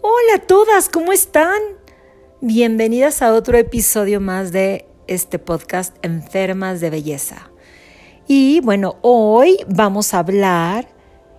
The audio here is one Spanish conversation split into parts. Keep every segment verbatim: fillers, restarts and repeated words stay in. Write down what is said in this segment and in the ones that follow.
Hola a todas, ¿cómo están? Bienvenidas a otro episodio más de este podcast Enfermas de Belleza. Y bueno, hoy vamos a hablar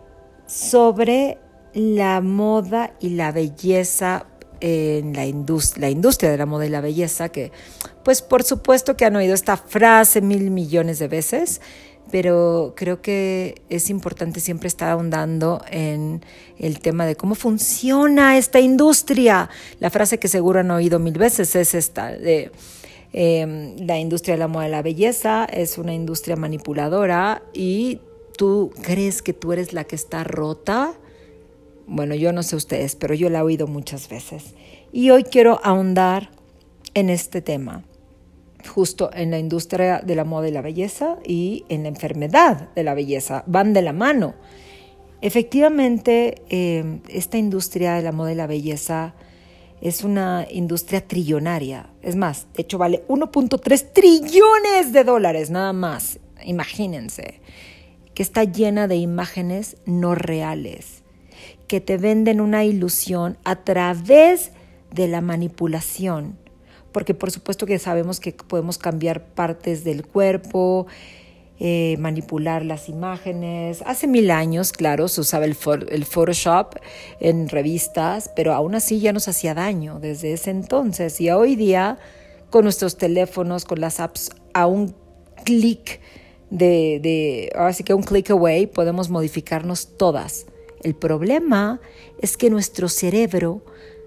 sobre la moda y la belleza en la, indust- la industria de la moda y la belleza, que pues por supuesto que han oído esta frase mil millones de veces, pero creo que es importante siempre estar ahondando en el tema de cómo funciona esta industria. La frase que seguro han oído mil veces es esta, de eh, la industria de la moda y la belleza es una industria manipuladora y tú crees que tú eres la que está rota. Bueno, yo no sé ustedes, pero yo la he oído muchas veces. Y hoy quiero ahondar en este tema, justo en la industria de la moda y la belleza y en la enfermedad de la belleza. Van de la mano. Efectivamente, eh, esta industria de la moda y la belleza es una industria trillonaria. Es más, de hecho vale uno punto tres trillones de dólares, nada más. Imagínense, que está llena de imágenes no reales, que te venden una ilusión a través de la manipulación. Porque por supuesto que sabemos que podemos cambiar partes del cuerpo, eh, manipular las imágenes. Hace mil años, claro, se usaba el, for- el Photoshop en revistas, pero aún así ya nos hacía daño desde ese entonces. Y hoy día, con nuestros teléfonos, con las apps, a un clic de, de ahora sí que un click away, podemos modificarnos todas. El problema es que nuestro cerebro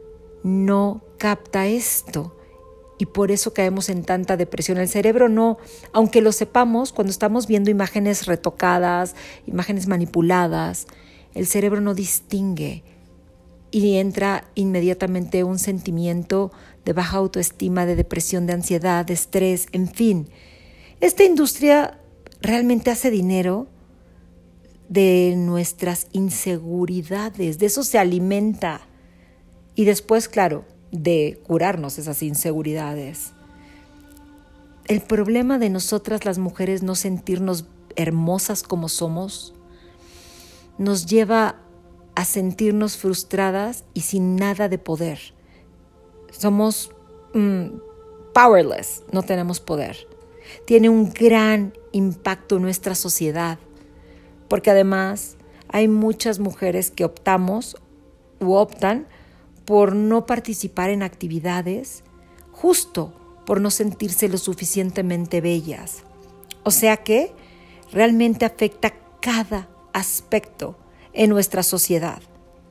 no capta esto. Y por eso caemos en tanta depresión. El cerebro no, aunque lo sepamos, cuando estamos viendo imágenes retocadas, imágenes manipuladas, el cerebro no distingue y entra inmediatamente un sentimiento de baja autoestima, de depresión, de ansiedad, de estrés, en fin. Esta industria realmente hace dinero de nuestras inseguridades, de eso se alimenta. Y después, claro, de curarnos esas inseguridades. El problema de nosotras las mujeres no sentirnos hermosas como somos nos lleva a sentirnos frustradas y sin nada de poder. Somos mm, powerless, no tenemos poder. Tiene un gran impacto en nuestra sociedad, porque además hay muchas mujeres que optamos u optan por no participar en actividades, justo por no sentirse lo suficientemente bellas. O sea que realmente afecta cada aspecto en nuestra sociedad.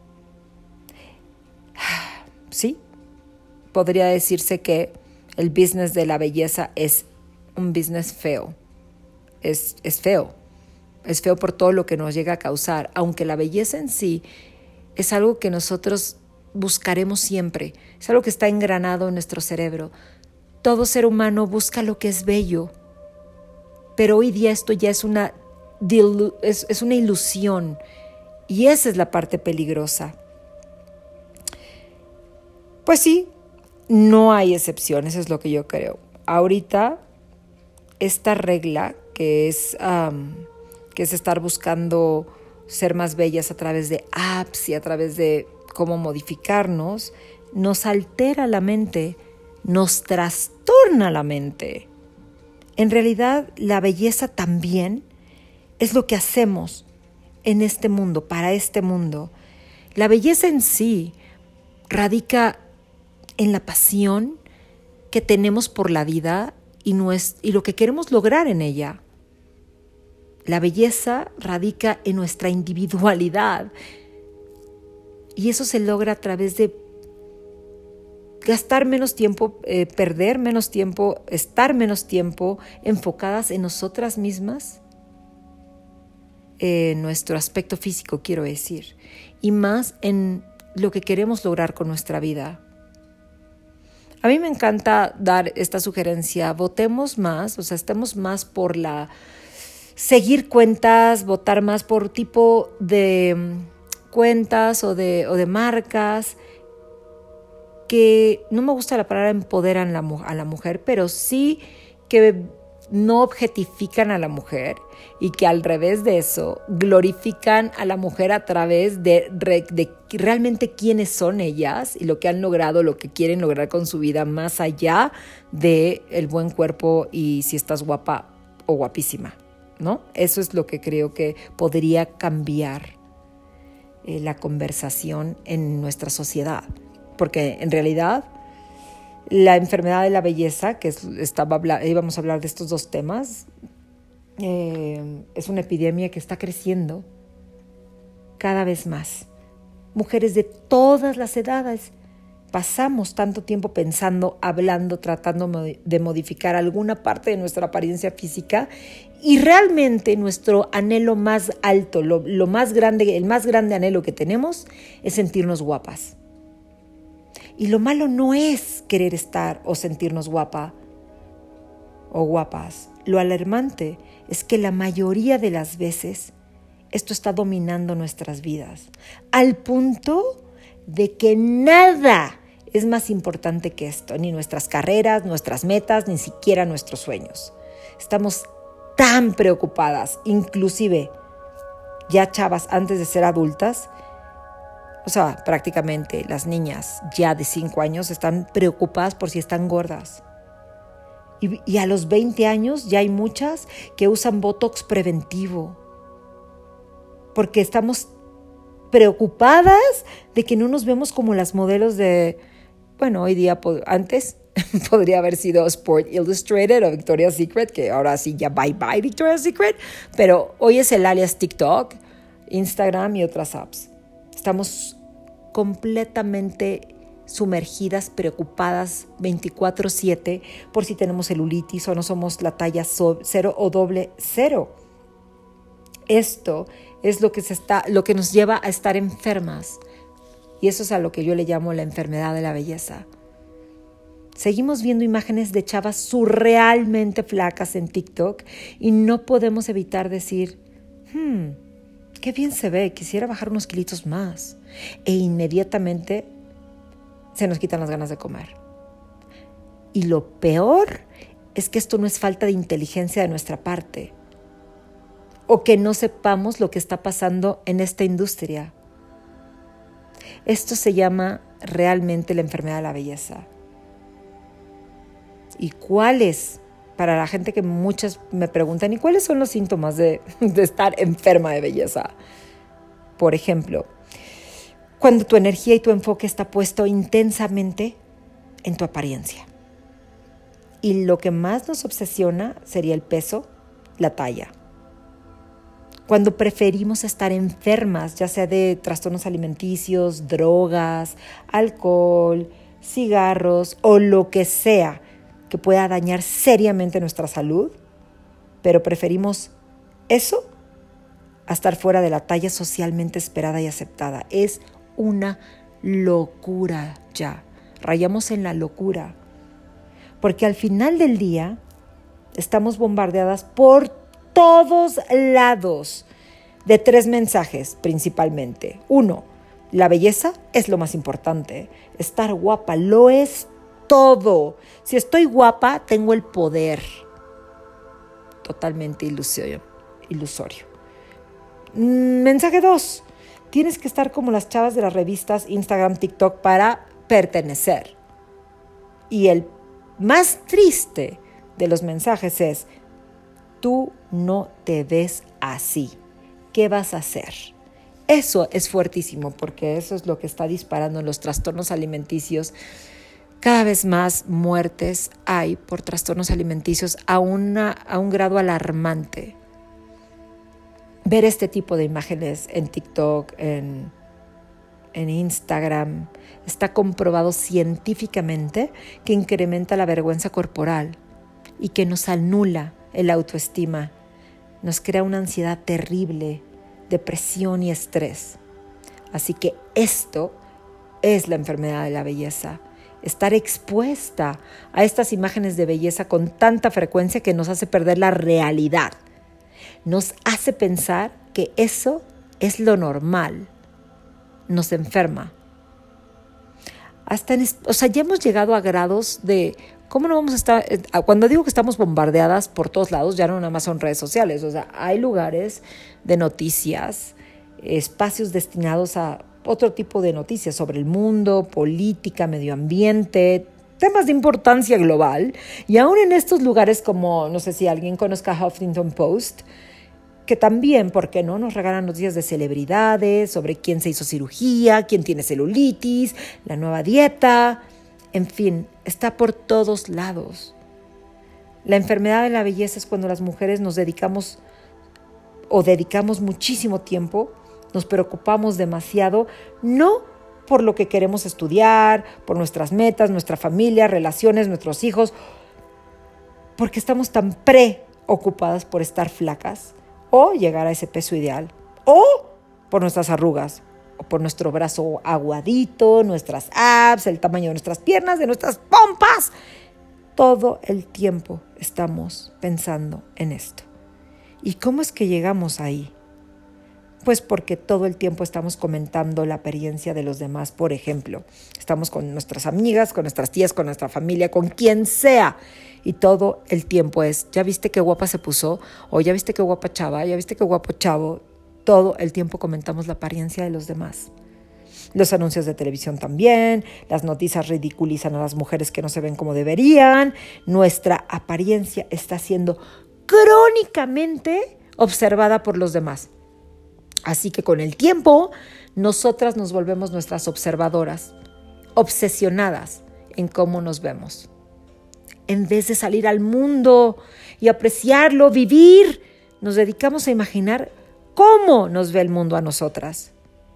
Sí, podría decirse que el business de la belleza es un business feo. Es, es feo. Es feo por todo lo que nos llega a causar, aunque la belleza en sí es algo que nosotros buscaremos siempre, es algo que está engranado en nuestro cerebro. Todo ser humano busca lo que es bello, pero hoy día esto ya es una, es, es una ilusión y esa es la parte peligrosa. Pues sí, no hay excepciones, es lo que yo creo. Ahorita, esta regla que es, um, que es estar buscando ser más bellas a través de apps y a través de cómo modificarnos, nos altera la mente, nos trastorna la mente. En realidad, la belleza también es lo que hacemos en este mundo, para este mundo. La belleza en sí radica en la pasión que tenemos por la vida y, nues- y lo que queremos lograr en ella. La belleza radica en nuestra individualidad. Y eso se logra a través de gastar menos tiempo, eh, perder menos tiempo, estar menos tiempo enfocadas en nosotras mismas, en nuestro aspecto físico, quiero decir, y más en lo que queremos lograr con nuestra vida. A mí me encanta dar esta sugerencia, votemos más, o sea, estemos más por la seguir cuentas, votar más por tipo de cuentas o de, o de marcas que no me gusta la palabra empoderan la, a la mujer, pero sí que no objetifican a la mujer y que al revés de eso glorifican a la mujer a través de, de realmente quiénes son ellas y lo que han logrado, lo que quieren lograr con su vida, más allá de el buen cuerpo y si estás guapa o guapísima, ¿no? Eso es lo que creo que podría cambiar eh, la conversación en nuestra sociedad, porque en realidad la enfermedad de la belleza, que es, estaba, íbamos a hablar de estos dos temas, eh, es una epidemia que está creciendo cada vez más. Mujeres de todas las edades pasamos tanto tiempo pensando, hablando, tratando de modificar alguna parte de nuestra apariencia física y realmente nuestro anhelo más alto, lo, lo más grande, el más grande anhelo que tenemos es sentirnos guapas. Y lo malo no es querer estar o sentirnos guapa o guapas. Lo alarmante es que la mayoría de las veces esto está dominando nuestras vidas, al punto de que nada es más importante que esto, ni nuestras carreras, nuestras metas, ni siquiera nuestros sueños. Estamos tan preocupadas, inclusive ya chavas antes de ser adultas. O sea, prácticamente las niñas ya de cinco años están preocupadas por si están gordas. Y, y a los veinte años ya hay muchas que usan Botox preventivo. Porque estamos preocupadas de que no nos vemos como las modelos de, bueno, hoy día, antes podría haber sido Sport Illustrated o Victoria's Secret, que ahora sí ya bye bye Victoria's Secret, pero hoy es el alias TikTok, Instagram y otras apps. Estamos completamente sumergidas, preocupadas veinticuatro siete por si tenemos celulitis o no somos la talla cero o doble cero. Esto es lo que, se está, lo que nos lleva a estar enfermas. Y eso es a lo que yo le llamo la enfermedad de la belleza. Seguimos viendo imágenes de chavas surrealmente flacas en TikTok y no podemos evitar decir, hmm, qué bien se ve, quisiera bajar unos kilitos más. E inmediatamente se nos quitan las ganas de comer. Y lo peor es que esto no es falta de inteligencia de nuestra parte, o que no sepamos lo que está pasando en esta industria. Esto se llama realmente la enfermedad de la belleza. ¿Y cuáles? Para la gente que muchas me preguntan, ¿y cuáles son los síntomas de, de estar enferma de belleza? Por ejemplo, cuando tu energía y tu enfoque está puesto intensamente en tu apariencia. Y lo que más nos obsesiona sería el peso, la talla. Cuando preferimos estar enfermas, ya sea de trastornos alimenticios, drogas, alcohol, cigarros o lo que sea que pueda dañar seriamente nuestra salud, pero preferimos eso a estar fuera de la talla socialmente esperada y aceptada. Es una locura ya. Rayamos en la locura. Porque al final del día estamos bombardeadas por todos lados de tres mensajes principalmente. Uno, la belleza es lo más importante. Estar guapa lo es todo. Si estoy guapa, tengo el poder. Totalmente ilusorio. ilusorio. Mensaje dos. Tienes que estar como las chavas de las revistas Instagram, TikTok para pertenecer. Y el más triste de los mensajes es: tú no te ves así. ¿Qué vas a hacer? Eso es fuertísimo porque eso es lo que está disparando en los trastornos alimenticios. Cada vez más muertes hay por trastornos alimenticios a, una, a un grado alarmante. Ver este tipo de imágenes en TikTok, en, en Instagram, está comprobado científicamente que incrementa la vergüenza corporal y que nos anula el autoestima, nos crea una ansiedad terrible, depresión y estrés. Así que esto es la enfermedad de la belleza. Estar expuesta a estas imágenes de belleza con tanta frecuencia que nos hace perder la realidad. Nos hace pensar que eso es lo normal. Nos enferma. Hasta en, o sea, ya hemos llegado a grados de ¿Cómo no vamos a estar? Cuando digo que estamos bombardeadas por todos lados, ya no nada más son redes sociales. O sea, hay lugares de noticias, espacios destinados a otro tipo de noticias sobre el mundo, política, medio ambiente, temas de importancia global. Y aún en estos lugares como, no sé si alguien conozca Huffington Post, que también, ¿por qué no?, nos regalan noticias de celebridades, sobre quién se hizo cirugía, quién tiene celulitis, la nueva dieta. En fin, está por todos lados. La enfermedad de la belleza es cuando las mujeres nos dedicamos o dedicamos muchísimo tiempo, nos preocupamos demasiado, no por lo que queremos estudiar, por nuestras metas, nuestra familia, relaciones, nuestros hijos, porque estamos tan preocupadas por estar flacas o llegar a ese peso ideal, o por nuestras arrugas, o por nuestro brazo aguadito, nuestras abs, el tamaño de nuestras piernas, de nuestras pompas. Todo el tiempo estamos pensando en esto. ¿Y cómo es que llegamos ahí? Pues porque todo el tiempo estamos comentando la apariencia de los demás. Por ejemplo, estamos con nuestras amigas, con nuestras tías, con nuestra familia, con quien sea. Y todo el tiempo es, ¿ya viste qué guapa se puso? O ¿ya viste qué guapa chava? ¿Ya viste qué guapo chavo? Todo el tiempo comentamos la apariencia de los demás. Los anuncios de televisión también, las noticias ridiculizan a las mujeres que no se ven como deberían. Nuestra apariencia está siendo crónicamente observada por los demás. Así que con el tiempo, nosotras nos volvemos nuestras observadoras, obsesionadas en cómo nos vemos. En vez de salir al mundo y apreciarlo, vivir, nos dedicamos a imaginar cómo nos ve el mundo a nosotras.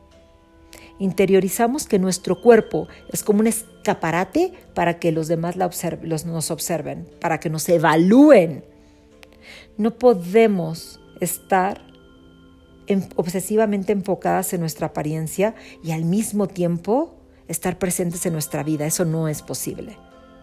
Interiorizamos que nuestro cuerpo es como un escaparate para que los demás la observen, los, nos observen, para que nos evalúen. No podemos estar en, obsesivamente enfocadas en nuestra apariencia y al mismo tiempo estar presentes en nuestra vida. Eso no es posible.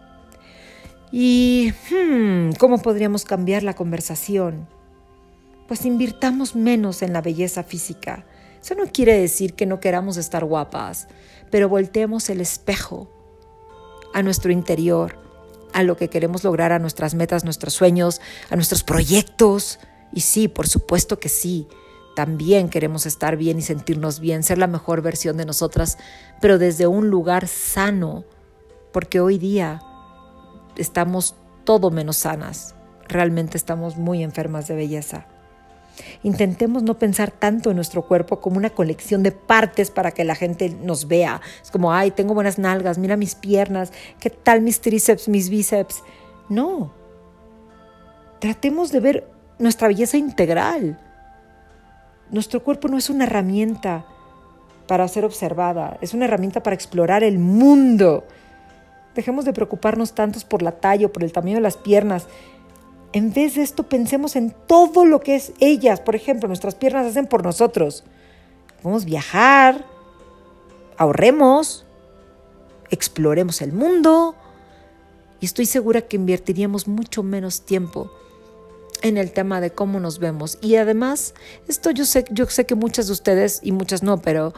¿Y hmm, cómo podríamos cambiar la conversación? Pues invirtamos menos en la belleza física. Eso no quiere decir que no queramos estar guapas, pero volteemos el espejo a nuestro interior, a lo que queremos lograr, a nuestras metas, nuestros sueños, a nuestros proyectos. Y sí, por supuesto que sí, también queremos estar bien y sentirnos bien, ser la mejor versión de nosotras, pero desde un lugar sano, porque hoy día estamos todo menos sanas, realmente estamos muy enfermas de belleza. Intentemos no pensar tanto en nuestro cuerpo como una colección de partes para que la gente nos vea. Es como, ay, tengo buenas nalgas, mira mis piernas, ¿qué tal mis tríceps, mis bíceps? No. Tratemos de ver nuestra belleza integral. Nuestro cuerpo no es una herramienta para ser observada, es una herramienta para explorar el mundo. Dejemos de preocuparnos tantos por la talla o por el tamaño de las piernas. En vez de esto, pensemos en todo lo que es ellas. Por ejemplo, nuestras piernas hacen por nosotros. Podemos viajar, ahorremos, exploremos el mundo. Y estoy segura que invertiríamos mucho menos tiempo en el tema de cómo nos vemos. Y además, esto yo sé, yo sé que muchas de ustedes, y muchas no, pero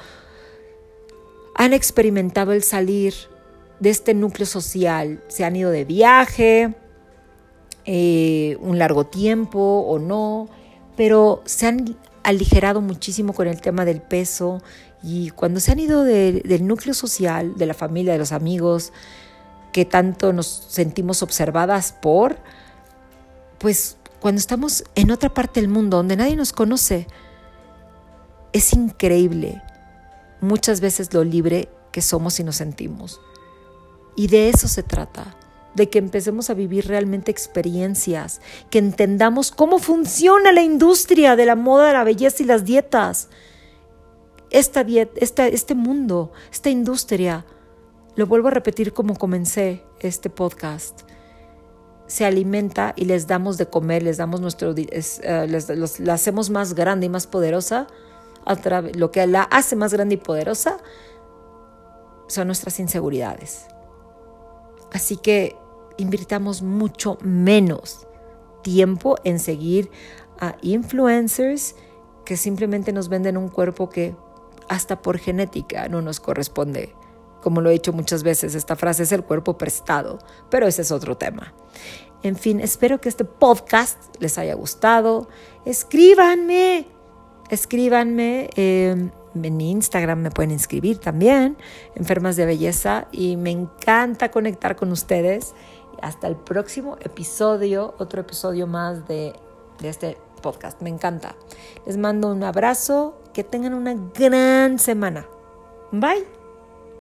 han experimentado el salir de este núcleo social. Se han ido de viaje, Eh, un largo tiempo o no, pero se han aligerado muchísimo con el tema del peso, y cuando se han ido de, del núcleo social, de la familia, de los amigos, que tanto nos sentimos observadas por, pues cuando estamos en otra parte del mundo donde nadie nos conoce, es increíble muchas veces lo libre que somos y nos sentimos. Y de eso se trata, de que empecemos a vivir realmente experiencias, que entendamos cómo funciona la industria de la moda, la belleza y las dietas. Esta dieta, esta, este mundo, esta industria, lo vuelvo a repetir como comencé este podcast, se alimenta y les damos de comer, les damos nuestro, es, uh, les, los, la hacemos más grande y más poderosa. A través, lo que la hace más grande y poderosa son nuestras inseguridades. Así que invirtamos mucho menos tiempo en seguir a influencers que simplemente nos venden un cuerpo que hasta por genética no nos corresponde como lo he dicho muchas veces, esta frase es el cuerpo prestado, pero ese es otro tema. En fin, espero que este podcast les haya gustado. Escríbanme, escríbanme. Eh, en mi Instagram me pueden inscribir también, Enfermas de Belleza, y me encanta conectar con ustedes. Hasta el próximo episodio, otro episodio más de, de este podcast. Me encanta. Les mando un abrazo. Que tengan una gran semana. Bye.